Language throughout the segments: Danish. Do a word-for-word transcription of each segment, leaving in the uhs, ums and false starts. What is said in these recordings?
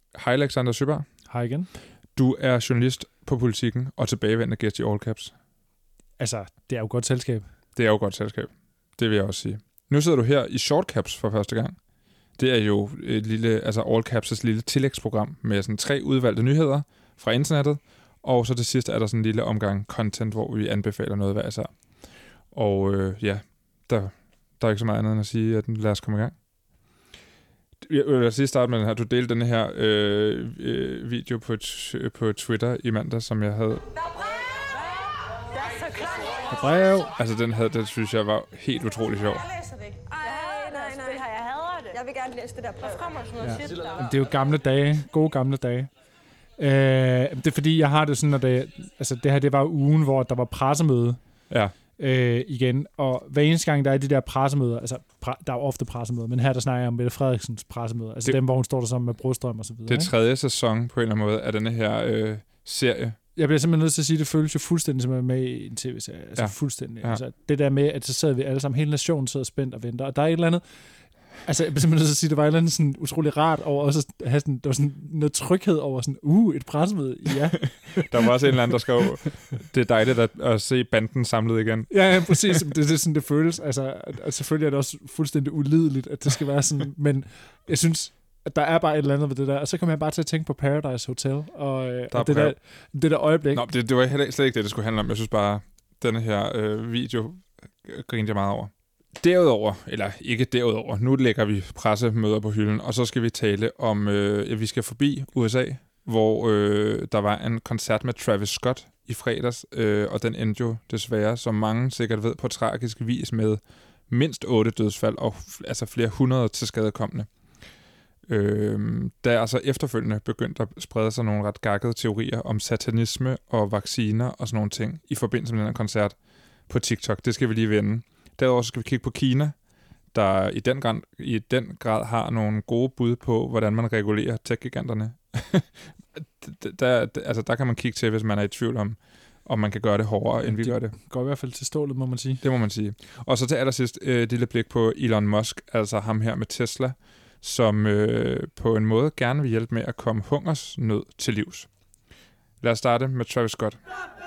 Hej Alexander Søberg. Hej igen. Du er journalist på Politikken og tilbagevendende gæst i All Caps. Altså, det er jo godt selskab. Det er jo godt selskab. Det vil jeg også sige. Nu sidder du her i Short Caps for første gang. Det er jo et lille, altså All Caps' lille tillægsprogram med sådan tre udvalgte nyheder fra internettet. Og så til sidst er der sådan en lille omgang content, hvor vi anbefaler noget hver især. Og øh, ja, der, der er ikke så meget andet end at sige, at lad os komme i gang. Jeg vil sige starte med den her. Du delte den her øh, øh, video på, t- på Twitter i mandag, som jeg havde. Brev. Altså den havde, den synes jeg var helt utrolig sjov. Jeg læser det ikke. Nej, nej, nej. Jeg hader det. Jeg vil gerne læse det der brev. Der kommer sådan noget shit der. Det er jo gamle dage. Gode gamle dage. Øh, det er fordi, jeg har det sådan, at det, altså det her, det var ugen, hvor der var pressemøde. Ja. Øh, igen, og hver eneste gang, der er de der pressemøder, altså pre- der er jo ofte pressemøder, men her der snakker jeg om Mette Frederiksens pressemøder, altså det, dem, hvor hun står der sammen med Brostrøm og så videre. Det er tredje sæson på en eller anden måde af denne her øh, serie. Jeg bliver simpelthen nødt til at sige, at det føles jo fuldstændig som at med i en tv-serie, altså ja. fuldstændig. Ja. Altså, det der med, at så sidder vi alle sammen, hele nationen sidder spændt og venter, og der er et eller andet, altså jeg bliver simpelthen nødt til at sige, at det var et eller andet sådan utrolig rart over også at have sådan, der var sådan noget tryghed over sådan, uh, et pressemøde, ja. Der var også en eller anden, der skrev, det er dejligt at, at se banden samlet igen. Ja, ja, præcis. Det, det er sådan, det føles. Altså, og selvfølgelig er det også fuldstændig ulideligt, at det skal være sådan, men jeg synes, at der er bare et eller andet ved det der, og så kommer jeg bare til at tænke på Paradise Hotel, og, og det, der, det der øjeblik. Nå, det, det var heller slet ikke det, det skulle handle om. Jeg synes bare, denne her øh, video grinte jeg meget over. Derudover, eller ikke derudover, nu lægger vi pressemøder på hylden, og så skal vi tale om, øh, at vi skal forbi U S A, hvor øh, der var en koncert med Travis Scott i fredags, øh, og den endte jo desværre, som mange sikkert ved, på tragisk vis med mindst otte dødsfald og f- altså flere hundrede tilskadekomne. Øh, der er altså efterfølgende begyndt at sprede sig nogle ret gakkede teorier om satanisme og vacciner og sådan nogle ting i forbindelse med den her koncert på TikTok. Det skal vi lige vende. Derudover skal vi kigge på Kina, der i den grad, i den grad har nogle gode bud på, hvordan man regulerer tech-giganterne. der, altså, der kan man kigge til, hvis man er i tvivl om, om man kan gøre det hårdere, end vi det gør det. Går i hvert fald til stålet, må man sige. Det må man sige. Og så til allersidst øh, et lille blik på Elon Musk, altså ham her med Tesla, som øh, på en måde gerne vil hjælpe med at komme hungersnød til livs. Lad os starte med Travis Scott.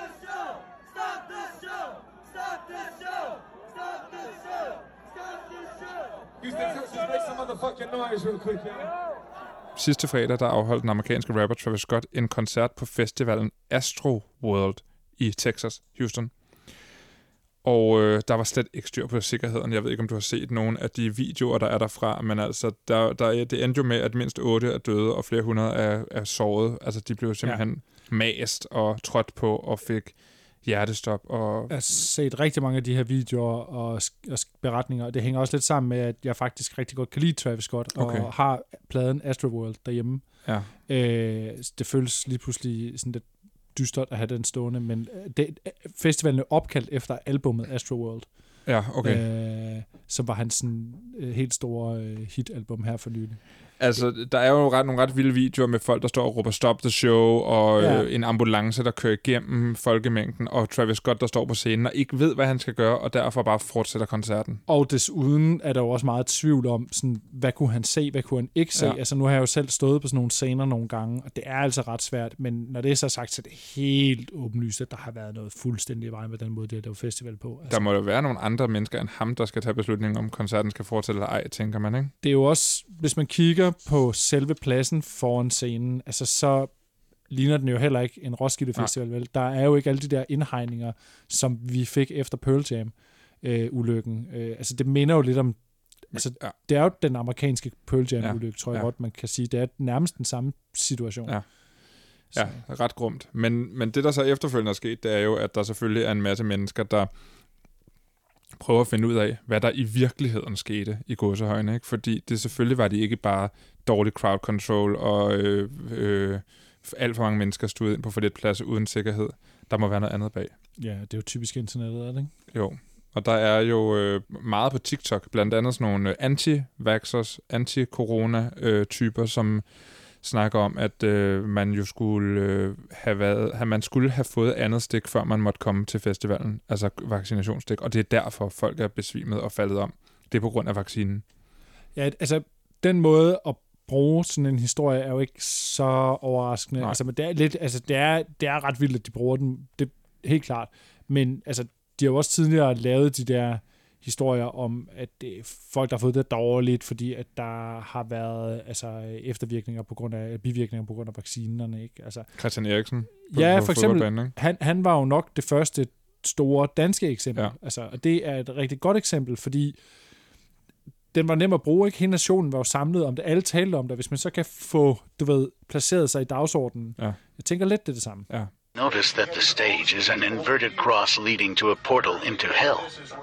Sidste fredag, der afholdt den amerikanske rapper Travis Scott en koncert på festivalen Astro World i Texas, Houston. Og øh, der var slet ikke styr på sikkerheden. Jeg ved ikke, om du har set nogle af de videoer, der er derfra, men altså, der, der, det endte jo med, at mindst otte er døde, og flere hundrede er, er såret. Altså, de blev simpelthen ja. mast og trådt på og fik hjertestop. Og jeg har set rigtig mange af de her videoer og, og beretninger, og det hænger også lidt sammen med, at jeg faktisk rigtig godt kan lide Travis Scott, okay. og har pladen Astroworld derhjemme. Ja. Øh, det føles lige pludselig sådan lidt dystert at have den stående, men det, festivalen er opkaldt efter albumet Astroworld. Ja, okay. Øh, som var hans sådan, helt store øh, hitalbum her for nylig. Altså, der er jo ret, nogle ret vilde videoer med folk, der står og råber stop the show, og ja. øh, en ambulance, der kører igennem folkemængden, og Travis Scott, der står på scenen og ikke ved, hvad han skal gøre, og derfor bare fortsætter koncerten. Og desuden er der jo også meget tvivl om, sådan, hvad kunne han se, hvad kunne han ikke se. Ja. Altså, nu har jeg jo selv stået på sådan nogle scener nogle gange, og det er altså ret svært, men når det er så sagt, så er det helt åbenlyst, at der har været noget fuldstændig i vejen med den måde, det er der festival på. Altså, der må jo være nogle andre mennesker end ham, der skal tage beslutningen om koncerten skal fortsætte eller ej, tænker man, ikke? Det er jo også, hvis man kigger på selve pladsen foran scenen, altså så ligner den jo heller ikke en Roskilde Festival, vel? Der er jo ikke alle de der indhegninger, som vi fik efter Pearl Jam øh, ulykken. Øh, altså det minder jo lidt om, altså ja. det er jo den amerikanske Pearl Jam ulykke, tror jeg ja. godt, man kan sige. Det er nærmest den samme situation. Ja. Ja, ret grumt. Men, men det, der så efterfølgende er sket, det er jo, at der selvfølgelig er en masse mennesker, der prøver at finde ud af, hvad der i virkeligheden skete i gåsehøjne, ikke? Fordi det selvfølgelig var det ikke bare dårlig crowd control og øh, øh, alt for mange mennesker stod ind på for lidt plads uden sikkerhed. Der må være noget andet bag. Ja, det er jo typisk internettet, er det ikke? Jo, og der er jo øh, meget på TikTok, blandt andet sådan nogle anti-vaxxers, anti-corona-typer, som snakker om, at øh, man jo skulle øh, have været, at man skulle have fået andet stik, før man måtte komme til festivalen, altså vaccinationsstik, og det er derfor, folk er besvimet og faldet om. Det er på grund af vaccinen. Ja, altså den måde at bruge sådan en historie, er jo ikke så overraskende. Altså, men det er lidt, altså, det er, det er ret vildt, at de bruger den. Det er helt klart. Men altså, de har jo også tidligere lavet de der historier om, at det er folk, der har fået det dårligt, fordi at der har været altså, eftervirkninger på grund af, bivirkninger på grund af vaccinerne. Ikke? Altså, Christian Eriksen. På, ja, på for eksempel, han, han var jo nok det første store danske eksempel. Ja. Altså, og det er et rigtig godt eksempel, fordi den var nem at bruge, ikke? Hele nationen var jo samlet om det, alle talte om det. Hvis man så kan få, du ved, placeret sig i dagsordenen. Ja. Jeg tænker lidt, det er det samme. Ja. Notice that the stage is an inverted cross leading to a portal into hell.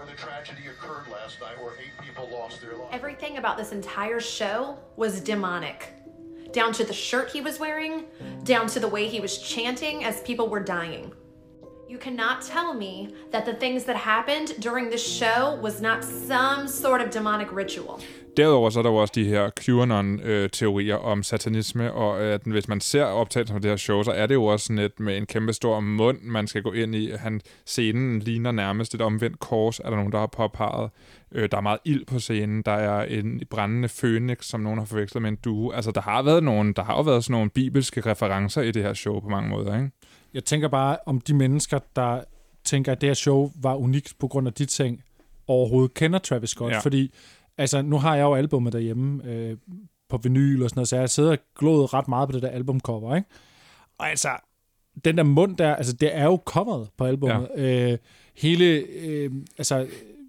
Everything about this entire show was demonic. Down to the shirt he was wearing, down to the way he was chanting as people were dying. You cannot tell me that the things that happened during this show was not some sort of demonic ritual. Derudover så er der jo også de her QAnon-teorier om satanisme, og at hvis man ser optagelser af det her show, så er det jo også sådan et med en kæmpe stor mund, man skal gå ind i. Han, scenen ligner nærmest et omvendt kors, er der nogen, der har påpeget. Der er meget ild på scenen, der er en brændende fønix, som nogen har forvekslet med en due. Altså, der har været nogen, der har jo været sådan nogle bibelske referencer i det her show på mange måder, ikke? Jeg tænker bare om de mennesker, der tænker, at det her show var unikt på grund af de ting, overhovedet kender Travis Scott. Ja. Fordi, altså, nu har jeg jo albumet derhjemme øh, på vinyl og sådan noget, så jeg sidder og glået ret meget på det der albumcover, ikke? Og altså, den der mund der, altså, det er jo coveret på albumet. Ja. Øh, hele, øh, altså,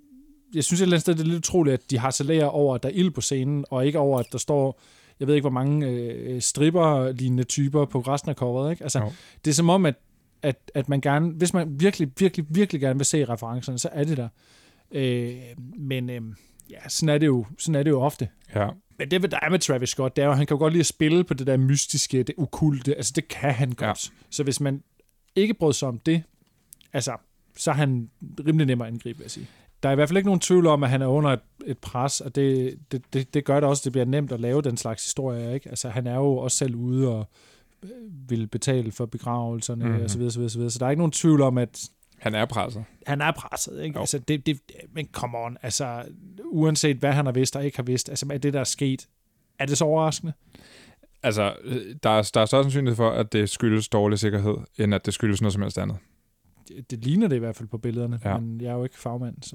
jeg synes et eller andet sted, det er lidt utroligt, at de harcelerer over, at der er ild på scenen, og ikke over, at der står, jeg ved ikke, hvor mange øh, stripper-lignende typer på resten af coveret, ikke? Altså, jo. Det er som om, at, at, at man gerne, hvis man virkelig, virkelig, virkelig gerne vil se referencerne, så er det der. Øh, men øh, ja, sådan er det jo, sådan er det jo ofte. Ja. Men det, der er med Travis Scott, det er jo, han kan jo godt lide at spille på det der mystiske, det okulte, altså det kan han godt. Ja. Så hvis man ikke brød sig om det, altså, så er han rimelig nemmere at angribe, vil jeg sige. Der er i hvert fald ikke nogen tvivl om, at han er under et, et pres, og det, det, det, det gør det også, det bliver nemt at lave den slags historier, ikke? Altså, han er jo også selv ude og vil betale for begravelserne, mm-hmm. og så videre, så videre, så videre. Så der er ikke nogen tvivl om, at han er presset. Han er presset, ikke? Altså, det, det, men come on, altså, uanset hvad han har vidst og ikke har vidst, altså, med det, der er sket, er det så overraskende? Altså, der er, der er større sandsynlighed for, at det skyldes dårlig sikkerhed, end at det skyldes noget som helst andet. Det, det ligner det i hvert fald på billederne, ja. Men jeg er jo ikke fagmand, så...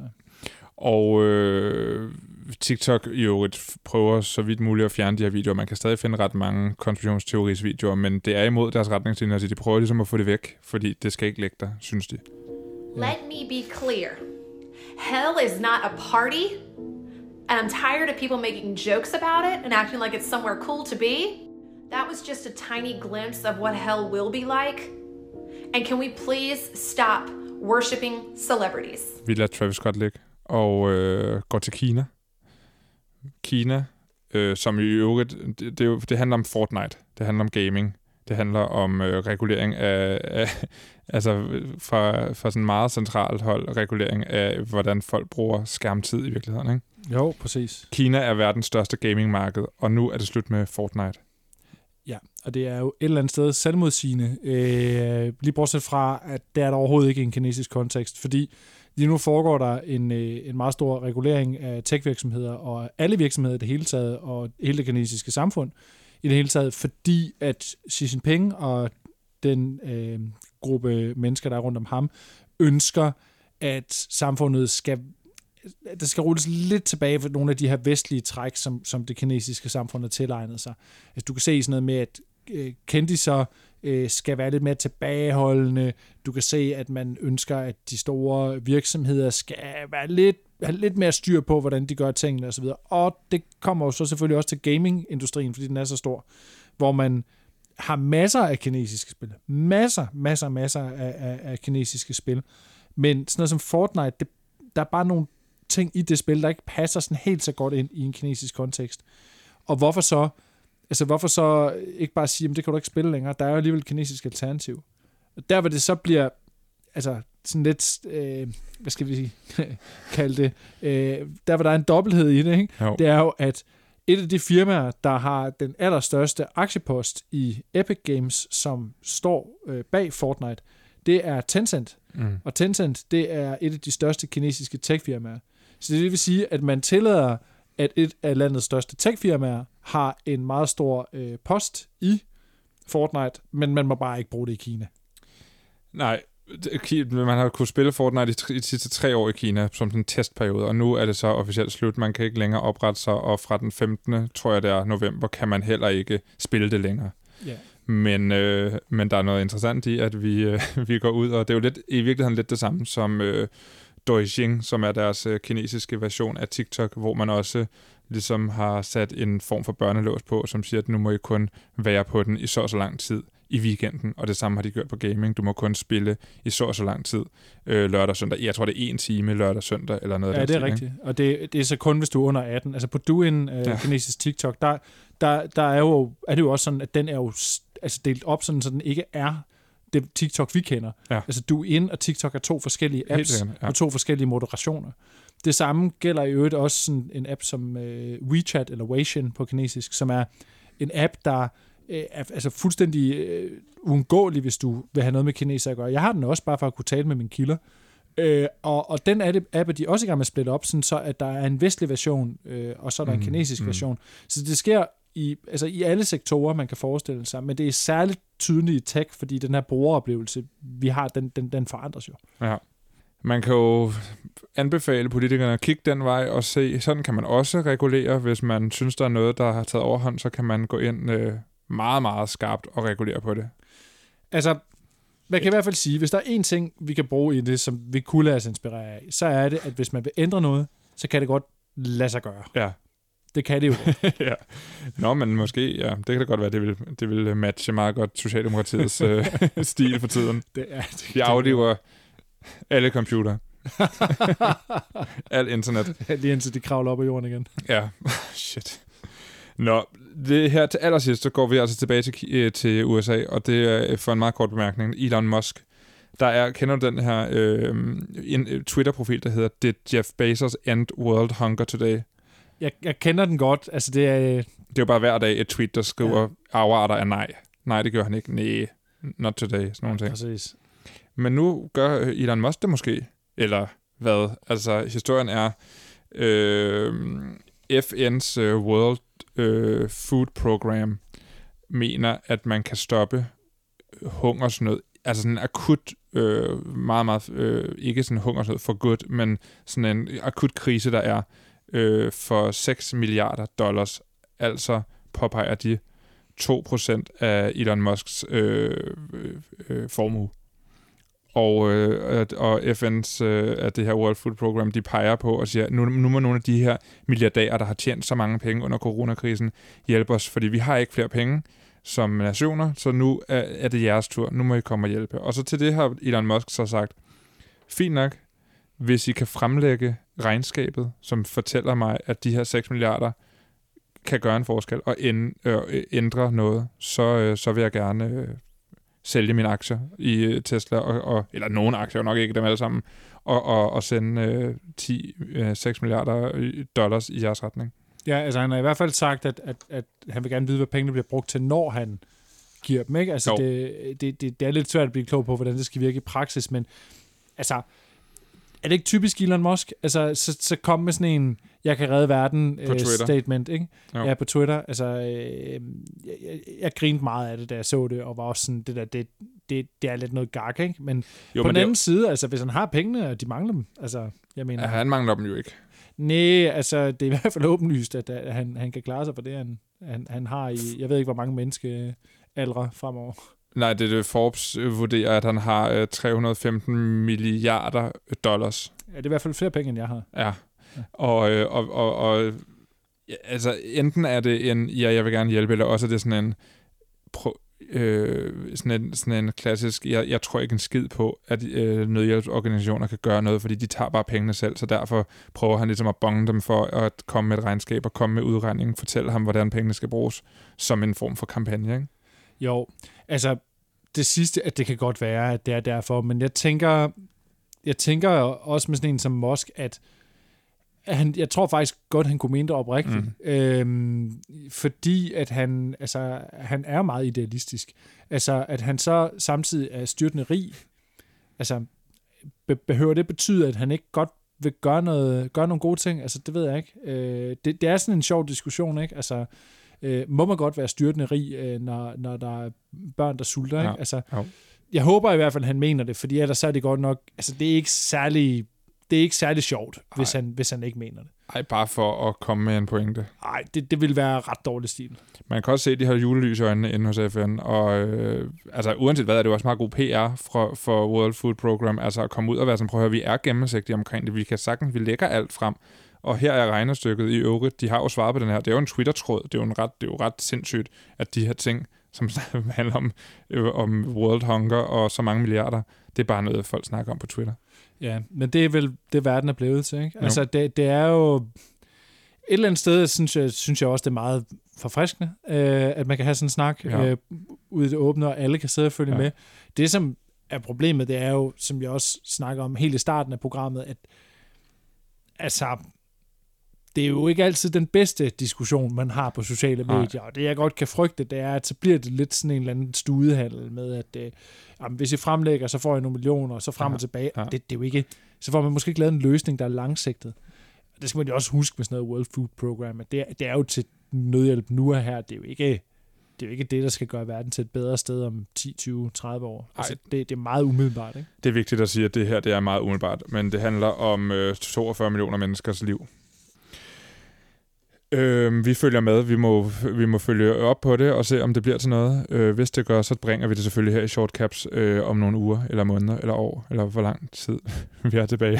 Og øh, TikTok i øvrigt prøver så vidt muligt at fjerne de her videoer. Man kan stadig finde ret mange konspirationsteoris-videoer, men det er imod deres retningslinjer, så de prøver ligesom at få det væk, fordi det skal ikke ligge der, synes de. Let me be clear. Hell is not a party, and I'm tired of people making jokes about it and acting like it's somewhere cool to be. That was just a tiny glimpse of what hell will be like. And can we please stop worshipping celebrities? Vi lader Travis Scott ligge og øh, går til Kina. Kina, øh, som i øvrigt, det, det, det handler om Fortnite, det handler om gaming, det handler om øh, regulering af, af altså fra, fra sådan meget centralt hold, regulering af, hvordan folk bruger skærmtid i virkeligheden, ikke? Jo, præcis. Kina er verdens største gamingmarked, og nu er det slut med Fortnite. Ja, og det er jo et eller andet sted selvmodsigende, øh, lige bortset fra, at det er der overhovedet ikke i en kinesisk kontekst, fordi lige nu foregår der en, øh, en meget stor regulering af tech-virksomheder og alle virksomheder i det hele taget, og hele det kinesiske samfund i det hele taget, fordi at Xi Jinping og den øh, gruppe mennesker, der er rundt om ham, ønsker, at samfundet skal der skal rulles lidt tilbage for nogle af de her vestlige træk, som, som det kinesiske samfund har tilegnet sig. Altså, du kan se sådan noget med, at øh, kendiser øh, skal være lidt mere tilbageholdende. Du kan se, at man ønsker, at de store virksomheder skal være lidt, have lidt mere styr på, hvordan de gør tingene osv. Og det kommer jo så selvfølgelig også til gamingindustrien, fordi den er så stor, hvor man har masser af kinesiske spil. Masser, masser, masser af, af, af kinesiske spil. Men sådan noget som Fortnite, det, der er bare nogle ting i det spil, der ikke passer sådan helt så godt ind i en kinesisk kontekst. Og hvorfor så, altså hvorfor så ikke bare sige, at det kan du ikke spille længere, der er jo alligevel et kinesisk alternativ. Og der hvor det så bliver, altså sådan lidt, øh, hvad skal vi kalde det, øh, der hvor der er en dobbelthed i det, ikke? Det er jo, at et af de firmaer, der har den allerstørste aktiepost i Epic Games, som står øh, bag Fortnite, det er Tencent. Mm. Og Tencent, det er et af de største kinesiske tech-firmaer. Så det vil sige, at man tillader at et af landets største techfirmaer har en meget stor øh, post i Fortnite, men man må bare ikke bruge det i Kina. Nej, man har kunnet spille Fortnite i de sidste tre år i Kina som en testperiode, og nu er det så officielt slut. Man kan ikke længere oprette sig, og fra den femtende tror jeg det er november, kan man heller ikke spille det længere. Yeah. Men, øh, men der er noget interessant i, at vi, øh, vi går ud, og det er jo lidt, i virkeligheden lidt det samme som øh, Douyin, som er deres øh, kinesiske version af TikTok, hvor man også ligesom har sat en form for børnelås på, som siger, at nu må I kun være på den i så og så lang tid i weekenden, og det samme har de gjort på gaming. Du må kun spille i så og så lang tid øh, lørdag og søndag. Jeg tror, det er en time lørdag og søndag, eller noget ja, af det. Ja, det er rigtigt. Og det, det er så kun, hvis du er under atten. Altså på Douyin, øh, ja. kinesisk TikTok, der, der, der er, jo, er det jo også sådan, at den er jo altså delt op, sådan, så den ikke er det TikTok, vi kender. Ja. Altså Douyin og TikTok er to forskellige apps sikkert, ja. og to forskellige moderationer. Det samme gælder i øvrigt også sådan en app som øh, WeChat, eller Weixin på kinesisk, som er en app, der øh, er altså fuldstændig øh, uundgåelig, hvis du vil have noget med kineser at gøre. Jeg har den også bare for at kunne tale med mine kilder. Øh, og, og den app er de også i gang med at splitte op, sådan så at der er en vestlig version, øh, og så er der mm, en kinesisk mm. version. Så det sker i, altså i alle sektorer, man kan forestille sig, men det er særligt tydeligt i tech, fordi den her brugeroplevelse, vi har, den, den, den forandres jo. Ja. Man kan jo anbefale politikerne at kigge den vej og se, sådan kan man også regulere. Hvis man synes, der er noget, der har taget overhånd, så kan man gå ind øh, meget, meget skarpt og regulere på det. Altså, man kan i hvert fald sige, hvis der er én ting, vi kan bruge i det, som vi kunne lade os inspirere af, så er det, at hvis man vil ændre noget, så kan det godt lade sig gøre. Ja. Det kan det jo. ja. Nå, men måske, ja, det kan da godt være, det vil, det vil matche meget godt Socialdemokratiets øh, stil for tiden. Det er, det, de aflever alle computer. Alt internet. Lige indtil de kravler op af jorden igen. Ja, shit. Nå, det her til allersidst, så går vi altså tilbage til, til U S A, og det er for en meget kort bemærkning. Elon Musk. Der er, kender du den her øh, en Twitter-profil, der hedder Did Jeff Bezos End World Hunger Today? Jeg, jeg kender den godt. Altså, det er... Det er jo bare hver dag et tweet, der skriver ja. afarter af nej. Nej, det gør han ikke. Nej, not today. Sådan nogle ting. Præcis. Men nu gør Elon Musk det måske. Eller hvad? Altså, historien er øh, F N's uh, World uh, Food Program mener, at man kan stoppe hungersnød. Altså sådan en akut, øh, meget, meget, øh, ikke sådan hungersnød for godt, men sådan en akut krise, der er øh, for seks milliarder dollars. Altså påpeger de to procent af Elon Musks øh, øh, formue. Og, øh, og F N's, øh, at det her World Food Program, de peger på og siger, nu, nu må nogle af de her milliardærer, der har tjent så mange penge under coronakrisen, hjælpe os, fordi vi har ikke flere penge som nationer, så nu er, er det jeres tur. Nu må I komme og hjælpe. Og så til det har Elon Musk så sagt, fint nok, hvis I kan fremlægge regnskabet, som fortæller mig, at de her seks milliarder kan gøre en forskel og ændre noget, så, øh, så vil jeg gerne øh, sælge mine aktier i Tesla, og, og, eller nogle aktier, nok ikke dem alle sammen, og, og, og sende øh, ti, øh, seks milliarder dollars i jeres retning. Ja, altså han har i hvert fald sagt, at, at, at han vil gerne vide, hvad pengene bliver brugt til, når han giver dem, ikke? Altså det, det, det, det er lidt svært at blive klog på, hvordan det skal virke i praksis, men altså, er det ikke typisk Elon Musk? Altså, så, så kom med sådan en, jeg kan redde verden uh, statement, ikke? Jo. Ja, på Twitter. Altså, øh, jeg, jeg, jeg grinte meget af det, da jeg så det, og var også sådan, det der, det, det, det er lidt noget gak, ikke? Men jo, på men den anden det... side, altså, hvis han har pengene, og de mangler dem, altså, jeg mener... Ja, han mangler dem jo ikke. Nej, altså, det er i hvert fald åbenlyst, at, at han, han kan klare sig for det, han, han, han har i, jeg ved ikke, hvor mange menneske aldre fremover. Nej, det er det, Forbes vurderer, at han har øh, tre hundrede og femten milliarder dollars. Ja, det er i hvert fald flere penge, end jeg har. Ja, ja. Og, øh, og, og, og ja, altså, enten er det en, ja, jeg vil gerne hjælpe, eller også er det sådan en, pro, øh, sådan en, sådan en klassisk, jeg, jeg tror ikke en skid på, at øh, nødhjælpsorganisationer kan gøre noget, fordi de tager bare pengene selv, så derfor prøver han ligesom at bonge dem for at komme med et regnskab og komme med udregning, fortælle ham, hvordan pengene skal bruges, som en form for kampagne, ikke? Jo, altså det sidste, at det kan godt være, at det er derfor, men jeg tænker, jeg tænker også med sådan en som Musk, at han, jeg tror faktisk godt, han kunne mene det oprigtigt, mm. øhm, fordi at han, altså, han er meget idealistisk. Altså, at han så samtidig er styrtende rig, altså, be- behøver det betyde, at han ikke godt vil gøre, noget, gøre nogle gode ting. Altså, det ved jeg ikke. Øh, det, det er sådan en sjov diskussion, ikke? Altså, øh, må man godt være styrtende rig, øh, når, når der er børn, der sulter, ikke? Ja. Altså, ja. jeg håber i hvert fald, han mener det, fordi ellers så er det godt nok... Altså, det er ikke særlig... Det er ikke særlig sjovt, hvis han, hvis han ikke mener det. Ej, bare for at komme med en pointe. Nej, det, det vil være ret dårlig stil. Man kan også se, at de har julelys i øjnene inde hos F N, og øh, altså, uanset hvad, er det jo også meget god P R for, for World Food Program, altså at komme ud og være sådan, prøv at høre, vi er gennemsigtige omkring det, vi kan sagtens, vi lægger alt frem, og her er regnestykket i øvrigt, de har jo svaret på den her, det er jo en Twitter-tråd, det er jo, en ret, det er jo ret sindssygt, at de her ting, som handler om, øh, om World Hunger og så mange milliarder, det er bare noget, folk snakker om på Twitter. Ja, men det er vel det, verden er blevet til, ikke? Altså, det, det er jo... Et eller andet sted, synes jeg, synes jeg også, det er meget forfriskende, øh, at man kan have sådan en snak ja. øh, ude i det åbne, og alle kan sidde og følge ja. med. Det, som er problemet, det er jo, som jeg også snakker om helt i starten af programmet, at altså, det er jo ikke altid den bedste diskussion, man har på sociale medier. Nej. Og det, jeg godt kan frygte, det er, at så bliver det lidt sådan en eller anden studehandel med, at øh, jamen, hvis I fremlægger, så får I nogle millioner, og så frem ja. og tilbage. Ja. Det, det er jo ikke... Så får man måske ikke lavet en løsning, der er langsigtet. Det skal man jo også huske med sådan noget World Food Program, at det, det er jo til nødhjælp nu og her. Det er jo ikke det, er jo ikke det der skal gøre verden til et bedre sted om ti, tyve, tredive år. Altså, det, det er meget umiddelbart, ikke? Det er vigtigt at sige, at det her det er meget umiddelbart, men det handler om øh, toogfyrre millioner menneskers liv. Øh, vi følger med. Vi må, vi må følge op på det og se, om det bliver til noget. Øh, hvis det gør, så bringer vi det selvfølgelig her i Shortcaps øh, om nogle uger, eller måneder, eller år, eller hvor lang tid vi er tilbage.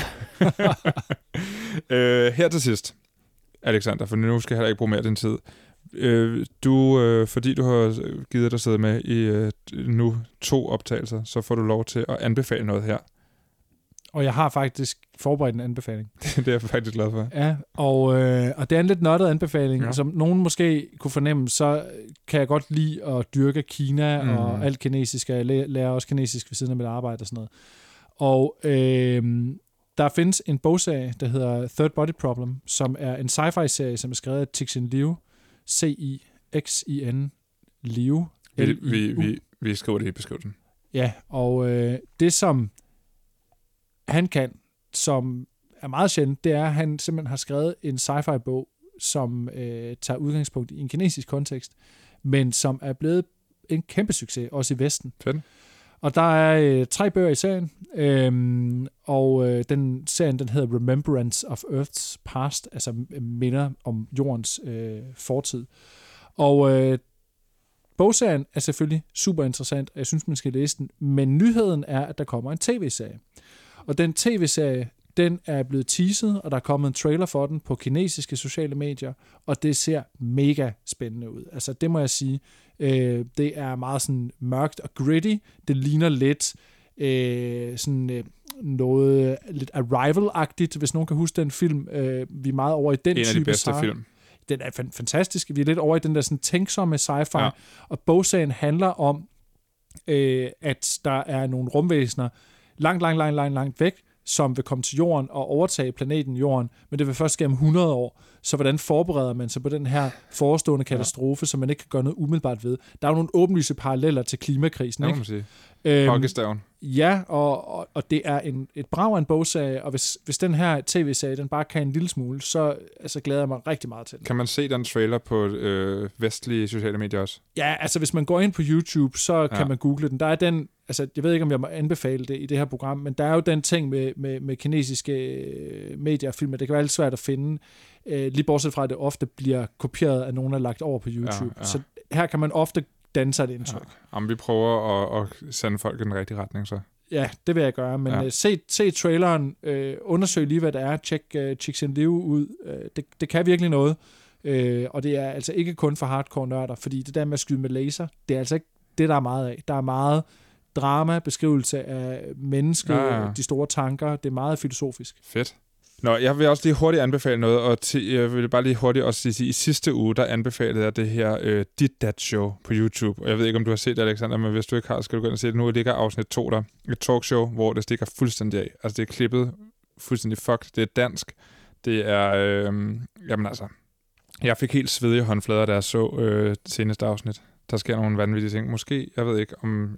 øh, her til sidst, Alexander, for nu skal jeg heller ikke bruge mere af din tid. Øh, du, øh, fordi du har givet dig sidde med i øh, nu to optagelser, så får du lov til at anbefale noget her. Og jeg har faktisk forberedt en anbefaling. Det er jeg faktisk glad for. Ja, og, øh, og det er en lidt nørdet anbefaling. Ja. Som nogen måske kunne fornemme, så kan jeg godt lide at dyrke Kina mm. og alt kinesisk. Jeg lærer også kinesisk ved siden af mit arbejde og sådan noget. Og øh, der findes en bogserie, der hedder Third Body Problem, som er en sci-fi-serie, som er skrevet af Cixin Liu. C I X I N Liu. Vi, vi, vi, vi skriver det i beskrivelsen. Ja, og øh, det som han kan, som er meget sjældent, det er, at han simpelthen har skrevet en sci-fi-bog, som øh, tager udgangspunkt i en kinesisk kontekst, men som er blevet en kæmpe succes, også i Vesten. Fedt. Og der er øh, tre bøger i serien, øhm, og øh, den serien, den hedder Remembrance of Earth's Past, altså minder om jordens øh, fortid. Og øh, bogserien er selvfølgelig super interessant, og jeg synes, man skal læse den, men nyheden er, at der kommer en tv-serie. Og den tv-serie, den er blevet teaset, og der er kommet en trailer for den på kinesiske sociale medier, og det ser mega spændende ud. Altså, det må jeg sige. Øh, det er meget sådan mørkt og gritty. Det ligner lidt øh, sådan øh, noget lidt Arrival-agtigt, hvis nogen kan huske den film. Øh, vi er meget over i den en type. En af de bedste sci- film. Den er fan- fantastisk. Vi er lidt over i den der sådan tænksomme sci-fi, ja. Og bogserien handler om, øh, at der er nogle rumvæsener langt, langt, langt, langt, langt væk, som vil komme til jorden og overtage planeten Jorden, men det vil først ske om hundrede år. Så hvordan forbereder man sig på den her forestående katastrofe, ja. Som man ikke kan gøre noget umiddelbart ved? Der er jo nogle åbenlyse paralleller til klimakrisen, ikke? Det må man sige. Hockeystaven. Ja, og, og, og det er en, et brag af en bogserie, og hvis, hvis den her tv-serie, den bare kan en lille smule, så altså, glæder jeg mig rigtig meget til den. Kan man se den trailer på øh, vestlige sociale medier også? Ja, altså hvis man går ind på YouTube, så kan ja. man google den. Der er den, altså jeg ved ikke, om jeg må anbefale det i det her program, men der er jo den ting med, med, med kinesiske medier og film, det kan være lidt svært at finde, øh, lige bortset fra, at det ofte bliver kopieret af nogen, der er lagt over på YouTube. Ja, ja. Så her kan man ofte danne sig et indtryk. Ja. Jamen, vi prøver at, at sende folk i den rigtige retning, så. Ja, det vil jeg gøre, men ja. se, se traileren, øh, undersøg lige, hvad det er, tjek uh, Cixin Liu ud, øh, det, det kan virkelig noget, øh, og det er altså ikke kun for hardcore nørder, fordi det der med at skyde med laser, det er altså ikke det, der er meget af. Der er meget drama, beskrivelse af mennesket, ja, ja. De store tanker, det er meget filosofisk. Fedt. Nå, jeg vil også lige hurtigt anbefale noget, og til, jeg vil bare lige hurtigt også sige, at i sidste uge, der anbefalede jeg det her øh, Dit Dat Show på YouTube, og jeg ved ikke, om du har set det, Alexander, men hvis du ikke har, skal du gå ind og se det. Nu ligger afsnit to der, et talkshow, hvor det stikker fuldstændig af. Altså, det er klippet fuldstændig fucked, det er dansk, det er, øh, jamen altså, jeg fik helt svedige håndflader, da jeg så øh, seneste afsnit. Der sker nogle vanvittige ting. Måske, jeg ved ikke, om, ja,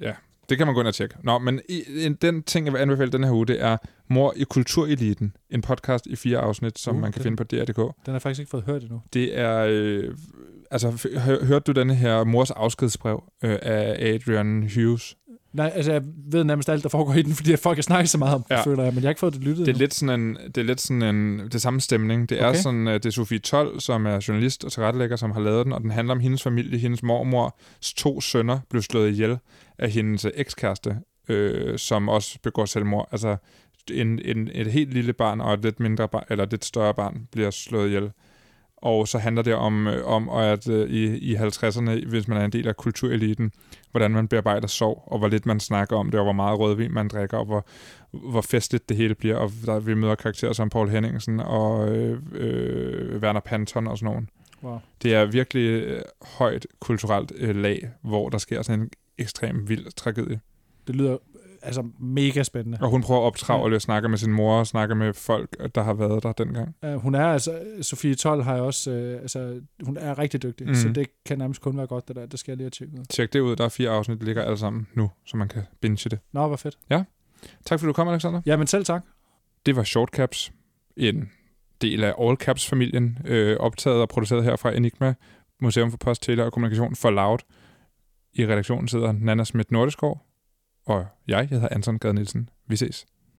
Det kan man gå ind og tjekke. Nå, men i, en, den ting, jeg vil anbefale den her uge, det er Mor i Kultureliten. En podcast i fire afsnit, som uh, man kan finde på D R punktum D K. Den har jeg faktisk ikke fået hørt endnu. Det er... Øh, altså, hør, hørte du denne her Mors afskedsbrev øh, af Adrian Hughes? Nej, altså jeg ved nærmest alt, der foregår i den, fordi folk har snakket så meget om det, ja. føler jeg, men jeg har ikke fået det lyttet. Det er lidt sådan en, det er lidt sådan en, det samme stemning. Det er okay. sådan, det er Sofie Told, som er journalist og tilrettelægger, som har lavet den, og den handler om hendes familie. Hendes mormors to sønner blev slået ihjel af hendes ekskæreste, øh, som også begår selvmord. Altså en, en, et helt lille barn og et lidt mindre barn, eller et lidt større barn bliver slået ihjel. Og så handler det om, om at øh, i, i halvtredserne, hvis man er en del af kultureliten, hvordan man bearbejder sorg, og hvor lidt man snakker om det, og hvor meget rødvin man drikker, og hvor, hvor festligt det hele bliver. Og der vi møder karakterer som Paul Henningsen og øh, øh, Werner Panton og sådan nogen. Wow. Det er virkelig øh, højt kulturelt øh, lag, hvor der sker sådan en ekstrem vild tragedie. Det lyder altså mega spændende. Og hun prøver at optravle og snakke med sin mor og snakke med folk, der har været der dengang. Uh, hun er altså, Sofie Told har også, uh, altså, hun er rigtig dygtig, mm. så det kan nærmest kun være godt, det der. Det skal jeg lige have tjekket ud. Tjek det ud, der er fire afsnit, der ligger alle sammen nu, så man kan binge det. Nå, hvor fedt. Ja. Tak fordi du kom, Alexander. Ja, men selv tak. Det var Shortcaps, en del af All Caps-familien, øh, optaget og produceret her fra Enigma, Museum for Post, Tele og Kommunikation for Loud. I redaktionen sidder Nana Schmidt Nordeskov, og jeg, jeg hedder Anton Gade Nielsen. Vi ses.